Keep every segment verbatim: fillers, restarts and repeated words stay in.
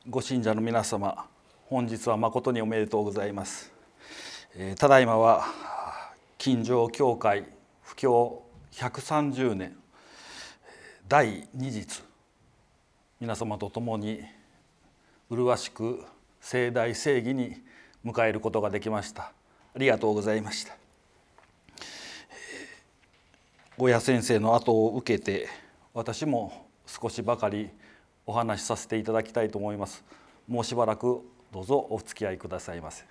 ご信者の皆様、本日は誠におめでとうございます。えー、ただいまは金城教会布教ひゃくさんじゅうねんだいに日、皆様と共に麗しく盛大正義に迎えることができました。ありがとうございました。ゴヤ先生の後を受けて、私も少しばかりお話しさせていただきたいと思います。もうしばらくどうぞお付き合いくださいませ。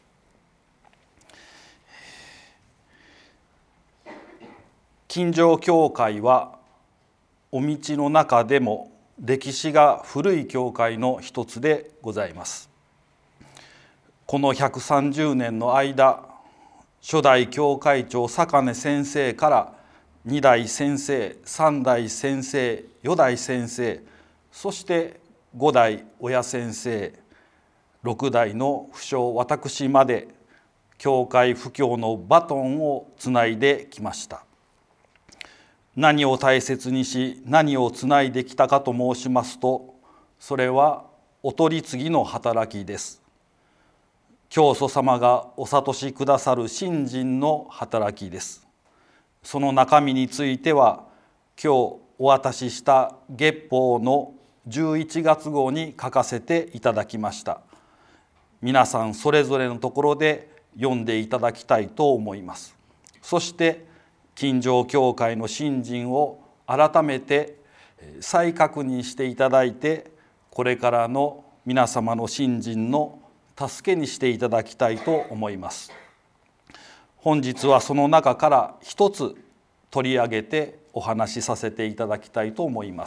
金城教会はお道の中でも歴史が古い教会の一つでございます。このひゃくさんじゅうねんの間、初代教会長坂根先生からに代先生、さん代先生、よ代先生、そしてご代親先生、ろく代の不詳私まで教会布教のバトンをつないできました。何を大切にし何をつないできたかと申しますと、それはお取り次ぎの働きです。教祖様がお諭しくださる信心の働きです。その中身については、今日お渡しした月報のじゅういちがつ号に書かせていただきました。皆さんそれぞれのところで読んでいただきたいと思います。そして金城教会の信心を改めて再確認していただいて、これからの皆様の信心の助けにしていただきたいと思います。本日はその中から一つ取り上げてお話しさせていただきたいと思います。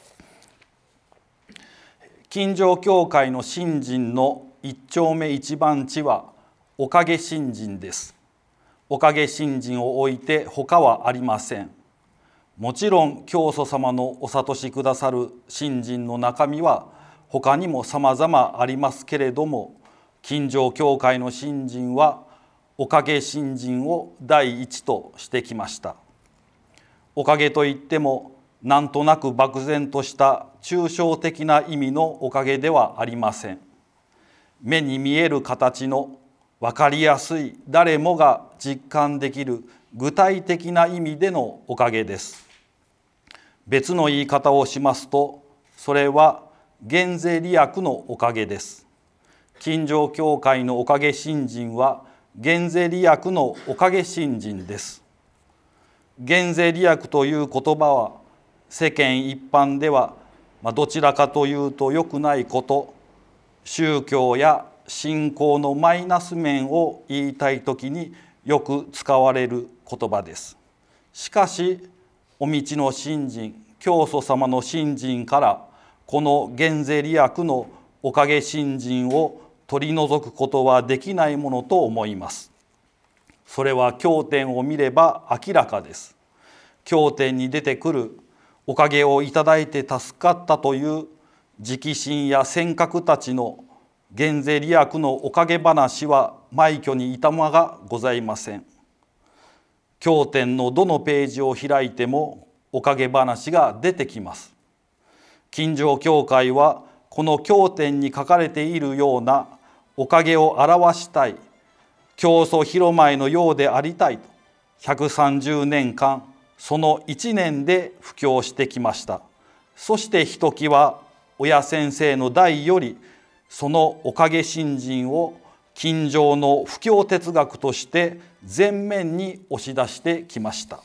金城教会の信心の一丁目一番地はおかげ信心です。おかげ信心を置いて他はありません。もちろん教祖様のお諭しくださる信心の中身は他にも様々ありますけれども、金城教会の信心はおかげ信心を第一としてきました。おかげといってもなんとなく漠然とした抽象的な意味のおかげではありません。目に見える形の分かりやすい、誰もが実感できる具体的な意味でのおかげです。別の言い方をしますと、それは減税利益のおかげです。金城教会のおかげ信心は減税利益のおかげ信心です。減税利益という言葉は世間一般ではどちらかというと良くないこと、宗教や信仰のマイナス面を言いたいときによく使われる言葉です。しかしお道の信心、教祖様の信心からこの減税利益のおかげ信心を取り除くことはできないものと思います。それは経典を見れば明らかです。経典に出てくるおかげをいただいて助かったという直臣や尖閣たちの減税利益のおかげ話は枚挙にいたまがございません。経典のどのページを開いてもおかげ話が出てきます。金城教会はこの経典に書かれているようなおかげを表したい、教祖広前のようでありたいとひゃくさんじゅうねんかんそのいちねんで布教してきました。そしてひときわ親先生の代よりそのおかげ信心を金城の布教哲学として前面に押し出してきました。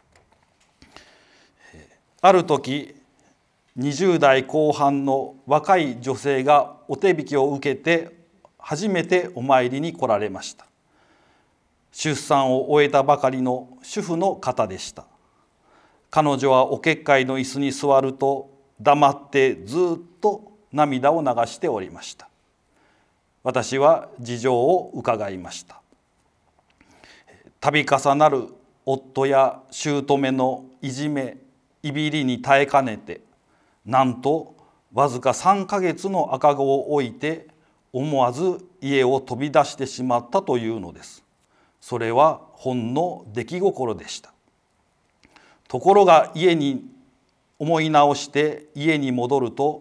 ある時にじゅう代後半の若い女性がお手引きを受けて初めてお参りに来られました。出産を終えたばかりの主婦の方でした。彼女はお結界の椅子に座ると黙ってずっと涙を流しておりました。私は事情を伺いました。度重なる夫や姑のいじめ、いびりに耐えかねて、なんとわずかさんかげつの赤子を置いて思わず家を飛び出してしまったというのです。それはほんの出来心でした。ところが家に思い直して家に戻ると、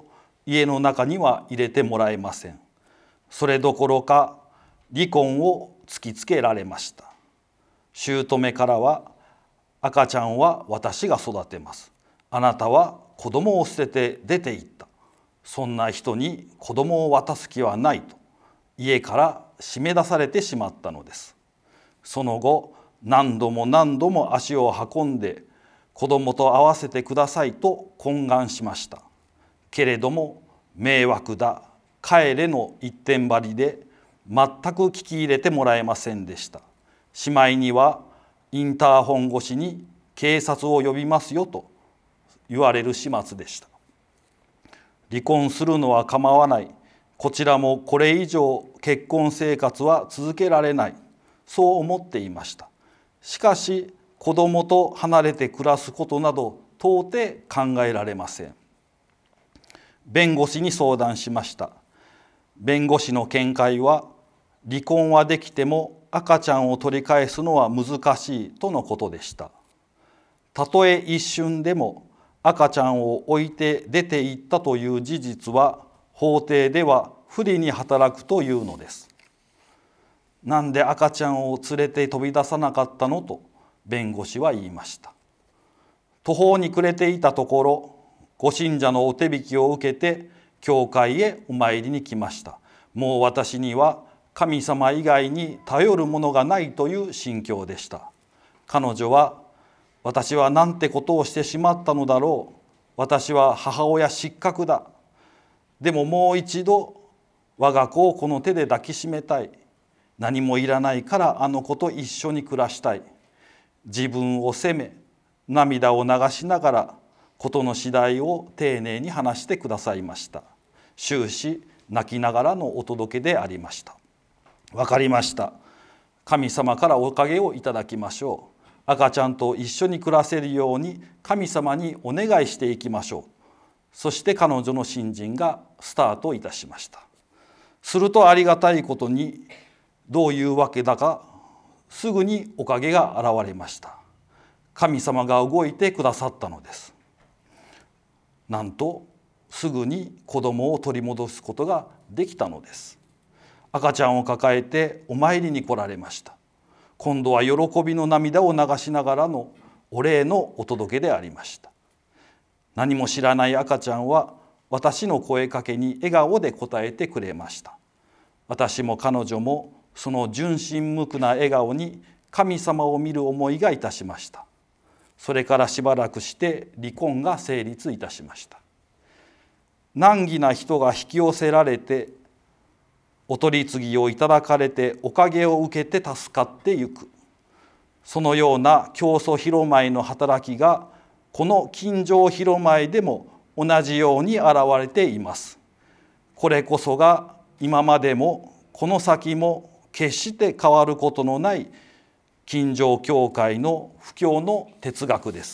家の中には入れてもらえません。それどころか離婚を突きつけられました。姑からは、赤ちゃんは私が育てます。あなたは子供を捨てて出て行った。そんな人に子供を渡す気はないと家から締め出されてしまったのです。その後何度も何度も足を運んで子供と会わせてくださいと懇願しました。けれども迷惑だ帰れの一点張りで全く聞き入れてもらえませんでした。しまいにはインターホン越しに警察を呼びますよと言われる始末でした。離婚するのは構わない。こちらもこれ以上結婚生活は続けられない。そう思っていました。しかし子供と離れて暮らすことなど到底考えられません。弁護士に相談しました。弁護士の見解は、離婚はできても赤ちゃんを取り返すのは難しいとのことでした。たとえ一瞬でも赤ちゃんを置いて出て行ったという事実は法廷では不利に働くというのです。なんで赤ちゃんを連れて飛び出さなかったのと弁護士は言いました。途方に暮れていたところ、ご信者のお手引きを受けて教会へお参りに来ました。もう私には神様以外に頼るものがないという心境でした。彼女は、私はなんてことをしてしまったのだろう。私は母親失格だ。でももう一度我が子をこの手で抱きしめたい。何もいらないからあの子と一緒に暮らしたい。自分を責め、涙を流しながら事の次第を丁寧に話してくださいました。終始泣きながらのお届けでありました。わかりました。神様からおかげをいただきましょう。赤ちゃんと一緒に暮らせるように神様にお願いしていきましょう。そして彼女の信心がスタートいたしました。するとありがたいことに、どういうわけだかすぐにおかげが現れました。神様が動いてくださったのです。なんとすぐに子供を取り戻すことができたのです。赤ちゃんを抱えてお参りに来られました。今度は喜びの涙を流しながらのお礼のお届けでありました。何も知らない赤ちゃんは私の声かけに笑顔で応えてくれました。私も彼女もその純真無垢な笑顔に神様を見る思いがいたしました。それからしばらくして離婚が成立いたしました。難儀な人が引き寄せられて、お取り次ぎをいただかれておかげを受けて助かってゆく。そのような教祖広舞の働きがこの近所広舞でも同じように現れています。これこそが今までもこの先も決して変わることのない近所教会の布教の哲学です。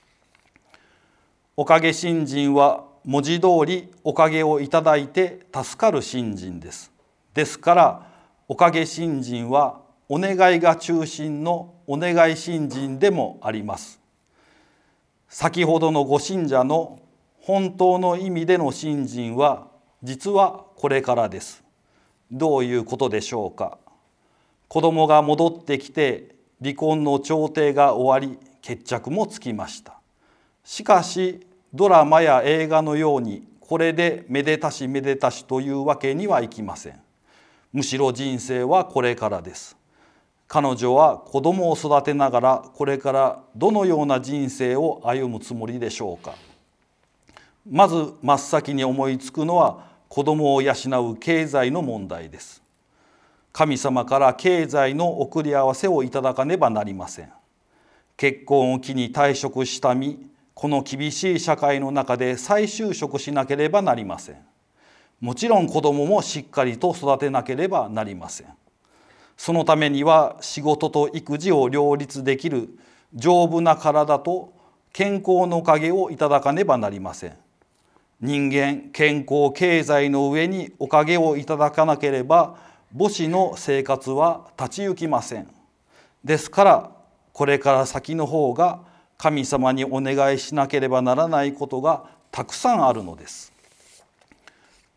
おかげ信心は文字通りおかげをいただいて助かる信心です。ですからおかげ信心はお願いが中心のお願い信心でもあります。先ほどのご信者の本当の意味での信心は実はこれからです。どういうことでしょうか。子供が戻ってきて離婚の調停が終わり決着もつきました。しかしドラマや映画のようにこれでめでたしめでたしというわけにはいきません。むしろ人生はこれからです。彼女は子供を育てながらこれからどのような人生を歩むつもりでしょうか。まず真っ先に思いつくのは子供を養う経済の問題です。神様から経済の送り合わせをいただかねばなりません。結婚を機に退職した身、この厳しい社会の中で再就職しなければなりません。もちろん子供もしっかりと育てなければなりません。そのためには仕事と育児を両立できる丈夫な体と健康のおかげをいただかねばなりません。人間、健康、経済の上におかげをいただかなければ母子の生活は立ち行きません。ですからこれから先の方が神様にお願いしなければならないことがたくさんあるのです。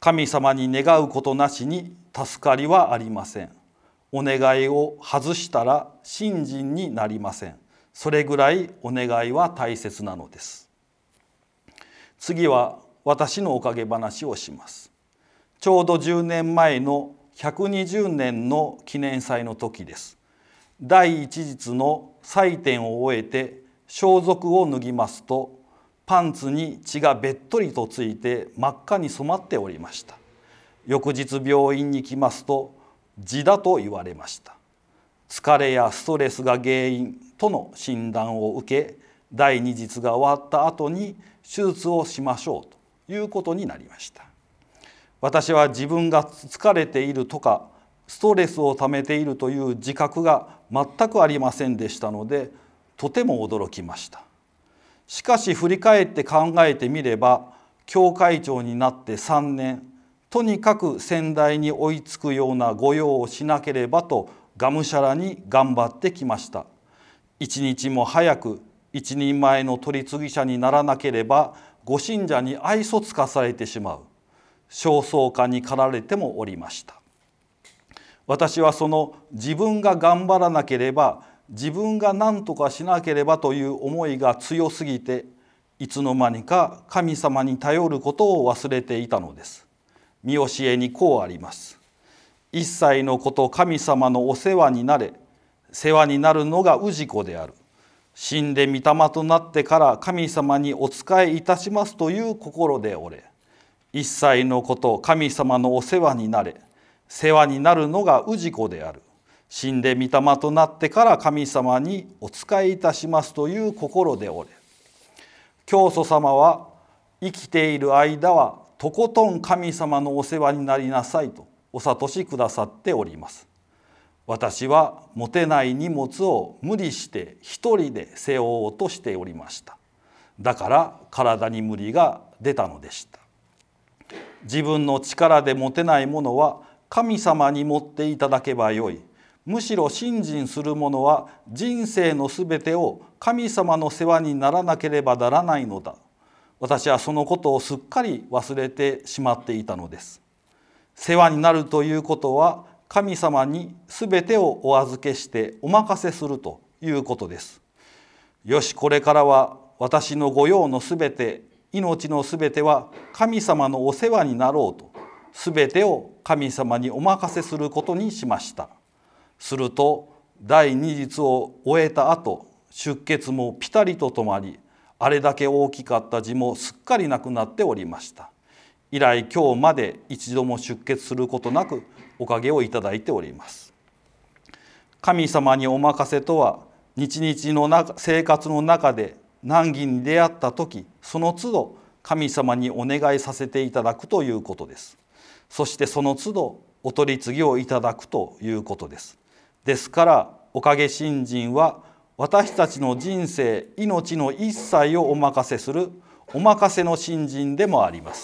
神様に願うことなしに助かりはありません。お願いを外したら信心になりません。それぐらいお願いは大切なのです。次は私のおかげ話をします。ちょうどじゅうねんまえのひゃくにじゅうねんの記念祭の時です。第一日の祭典を終えて装束を脱ぎますと、パンツに血がべっとりとついて真っ赤に染まっておりました。翌日病院に来ますと痔だと言われました。疲れやストレスが原因との診断を受け、第二日が終わった後に手術をしましょうということになりました。私は自分が疲れているとかストレスをためているという自覚が全くありませんでしたので、とても驚きました。しかし振り返って考えてみれば、教会長になってさんねん、とにかく先代に追いつくような御用をしなければとがむしゃらに頑張ってきました。一日も早く一人前の取り次ぎ者にならなければご信者に愛想つかされてしまう焦燥感に駆られてもおりました。私はその自分が頑張らなければ、自分が何とかしなければという思いが強すぎて、いつの間にか神様に頼ることを忘れていたのです。見教えにこうあります。一切のこと神様のお世話になれ、世話になるのが氏子である。死んで御霊となってから神様にお仕えいたしますという心でおれ。一切のこと神様のお世話になれ、世話になるのが氏子である。死んで御霊となってから神様にお仕えいたしますという心でおれ。教祖様は生きている間はとことん神様のお世話になりなさいとお諭しくださっております。私は持てない荷物を無理して一人で背負おうとしておりました。だから体に無理が出たのでした。自分の力で持てないものは神様に持っていただけばよい。むしろ信心する者は人生のすべてを神様の世話にならなければならないのだ。私はそのことをすっかり忘れてしまっていたのです。世話になるということは神様にすべてをお預けしてお任せするということです。よし、これからは私の御用のすべて、命のすべては神様のお世話になろうと、すべてを神様にお任せすることにしました。すると第二日を終えた後、出血もピタリと止まり、あれだけ大きかった痔もすっかりなくなっておりました。以来今日まで一度も出血することなくおかげをいただいております。神様にお任せとは、日々の生活の中で難儀に出会った時、その都度神様にお願いさせていただくということです。そしてその都度お取り次ぎをいただくということです。ですからおかげ信心は私たちの人生、命の一切をお任せするお任せの信心でもあります。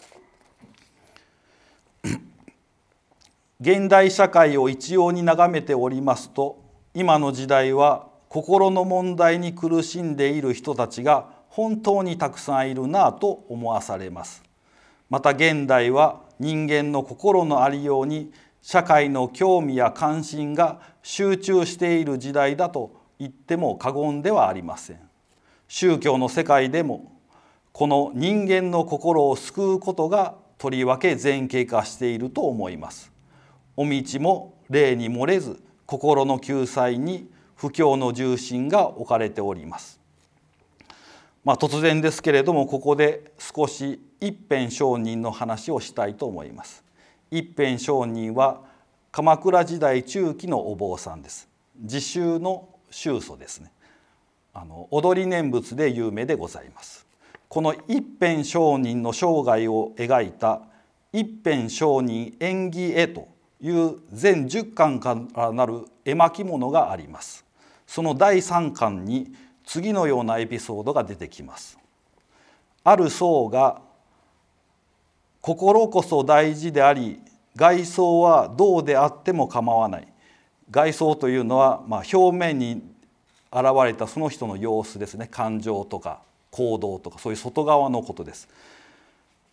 現代社会を一様に眺めておりますと、今の時代は心の問題に苦しんでいる人たちが本当にたくさんいるなぁと思わされます。また現代は人間の心のありように社会の興味や関心が集中している時代だと言っても過言ではありません。宗教の世界でもこの人間の心を救うことがとりわけ前傾化していると思います。お道も例に漏れず心の救済に布教の重心が置かれております。まあ、突然ですけれども、ここで少し一辺上人の話をしたいと思います。一辺上人は鎌倉時代中期のお坊さんです。自宗の宗祖ですね。あの踊り念仏で有名でございます。この一辺上人の生涯を描いた一辺上人演義絵という全じゅっかんからなる絵巻物があります。そのだいさんかんに次のようなエピソードが出てきます。ある僧が心こそ大事であり、外装はどうであっても構わない。外装というのは、まあ、表面に現れたその人の様子ですね。感情とか行動とかそういう外側のことです。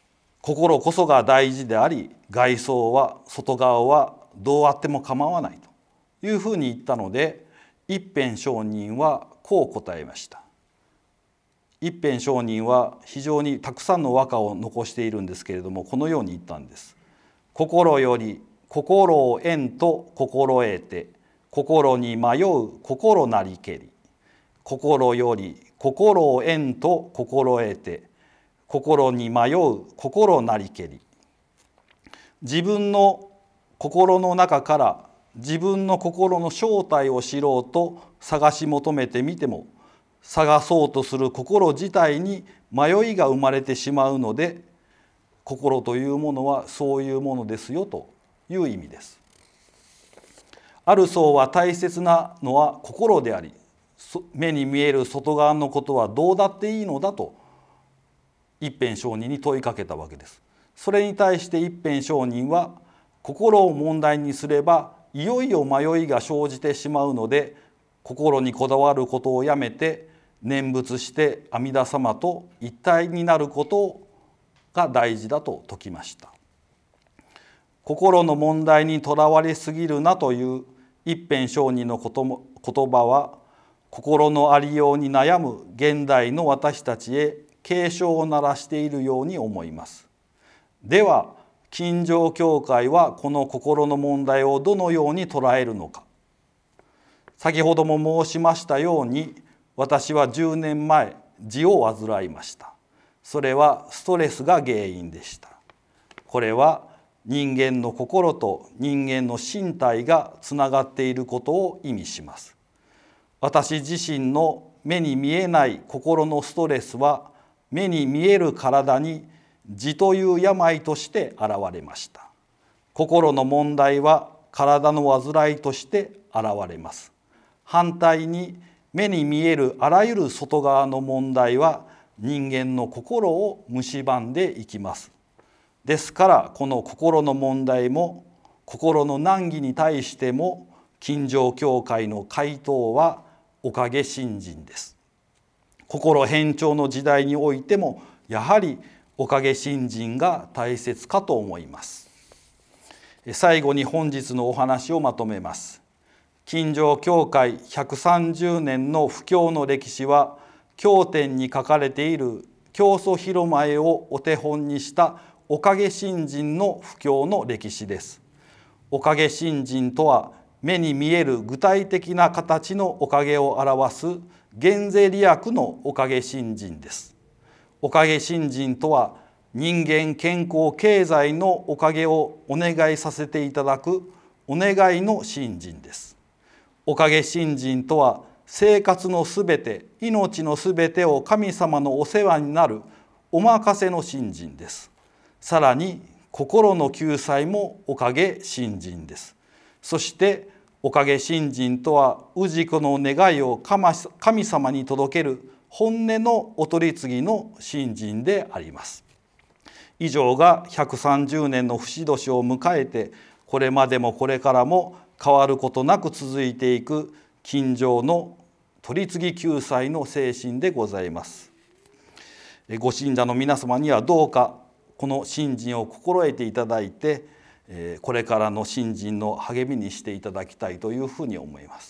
心こそが大事であり、外装は外側はどうあっても構わないというふうに言ったので、一辺上人はこう答えました。一辺上人は非常にたくさんの和歌を残しているんですけれども、このように言ったんです。心より心を縁と心得て、心に迷う心なりけり。心より心を縁と心得て、心に迷う心なりけり。自分の心の中から自分の心の正体を知ろうと探し求めてみても、探そうとする心自体に迷いが生まれてしまうので、心というものはそういうものですよという意味です。ある僧は大切なのは心であり、目に見える外側のことはどうだっていいのだと一辺上人に問いかけたわけです。それに対して一辺上人は、心を問題にすればいよいよ迷いが生じてしまうので、心にこだわることをやめて念仏して阿弥陀様と一体になることが大事だと説きました。心の問題にとらわれすぎるなという一辺上人の言葉は、心のありように悩む現代の私たちへ警鐘を鳴らしているように思います。では近城教会はこの心の問題をどのように捉えるのか。先ほども申しましたように、私はじゅうねんまえ痔を患いました。それはストレスが原因でした。これは人間の心と人間の身体がつながっていることを意味します。私自身の目に見えない心のストレスは、目に見える体に痔という病として現れました。心の問題は体の患いとして現れます。反対に目に見えるあらゆる外側の問題は人間の心を蝕んでいきます。ですからこの心の問題も心の難儀に対しても、近城教会の回答はおかげ信心です。心変調の時代においてもやはりおかげ信心が大切かと思います。最後に本日のお話をまとめます。近城教会ひゃくさんじゅうねんの布教の歴史は、経典に書かれている教祖広前をお手本にしたおかげ信心の布教の歴史です。おかげ信心とは、目に見える具体的な形のおかげを表す減税利益のおかげ信心です。おかげ信心とは、人間健康経済のおかげをお願いさせていただくお願いの信心です。おかげ信心とは、生活のすべて、命のすべてを神様のお世話になるお任せの信心です。さらに心の救済もおかげ信心です。そしておかげ信心とは、氏子の願いを神様に届ける本音のお取り次ぎの信心であります。以上がひゃくさんじゅうねんの節年を迎えて、これまでもこれからも変わることなく続いていく近城の取り次ぎ救済の精神でございます。ご信者の皆様にはどうかこの信心を心得ていただいて、これからの信心の励みにしていただきたいというふうに思います。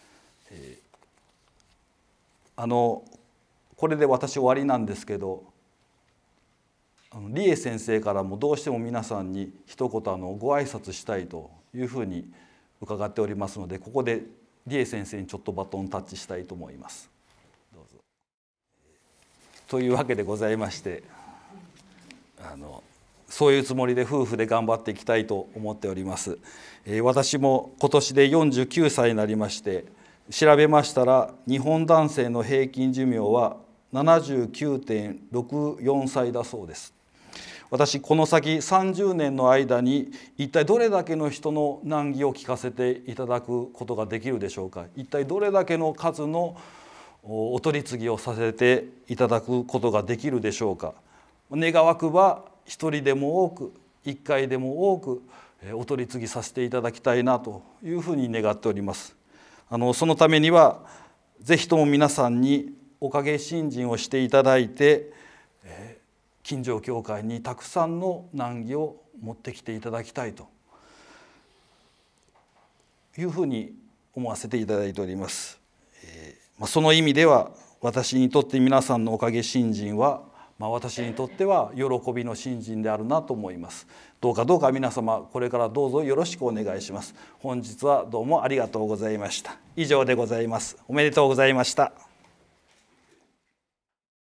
あのこれで私終わりなんですけど、理恵先生からもどうしても皆さんに一言あのご挨拶したいというふうに伺っておりますので、ここで理恵先生にちょっとバトンタッチしたいと思います。どうぞ。というわけでございまして、あのそういうつもりで夫婦で頑張っていきたいと思っております。えー、私も今年でよんじゅうきゅうさいになりまして、調べましたら日本男性の平均寿命は ななじゅうきゅうてんろくよんさいだそうです。私この先さんじゅうねんの間に一体どれだけの人の難儀を聞かせていただくことができるでしょうか。一体どれだけの数のお取り次ぎをさせていただくことができるでしょうか。願わくば一人でも多く、一回でも多くお取り次ぎさせていただきたいなというふうに願っております。あのそのためにはぜひとも皆さんにおかげ信心をしていただいて、 近所教会にたくさんの難儀を持ってきていただきたいというふうに思わせていただいております。えーまあ、その意味では私にとって皆さんのおかげ信心は、まあ、私にとっては喜びの信心であるなと思います。どうかどうか皆様これからどうぞよろしくお願いします。本日はどうもありがとうございました。以上でございます。おめでとうございました。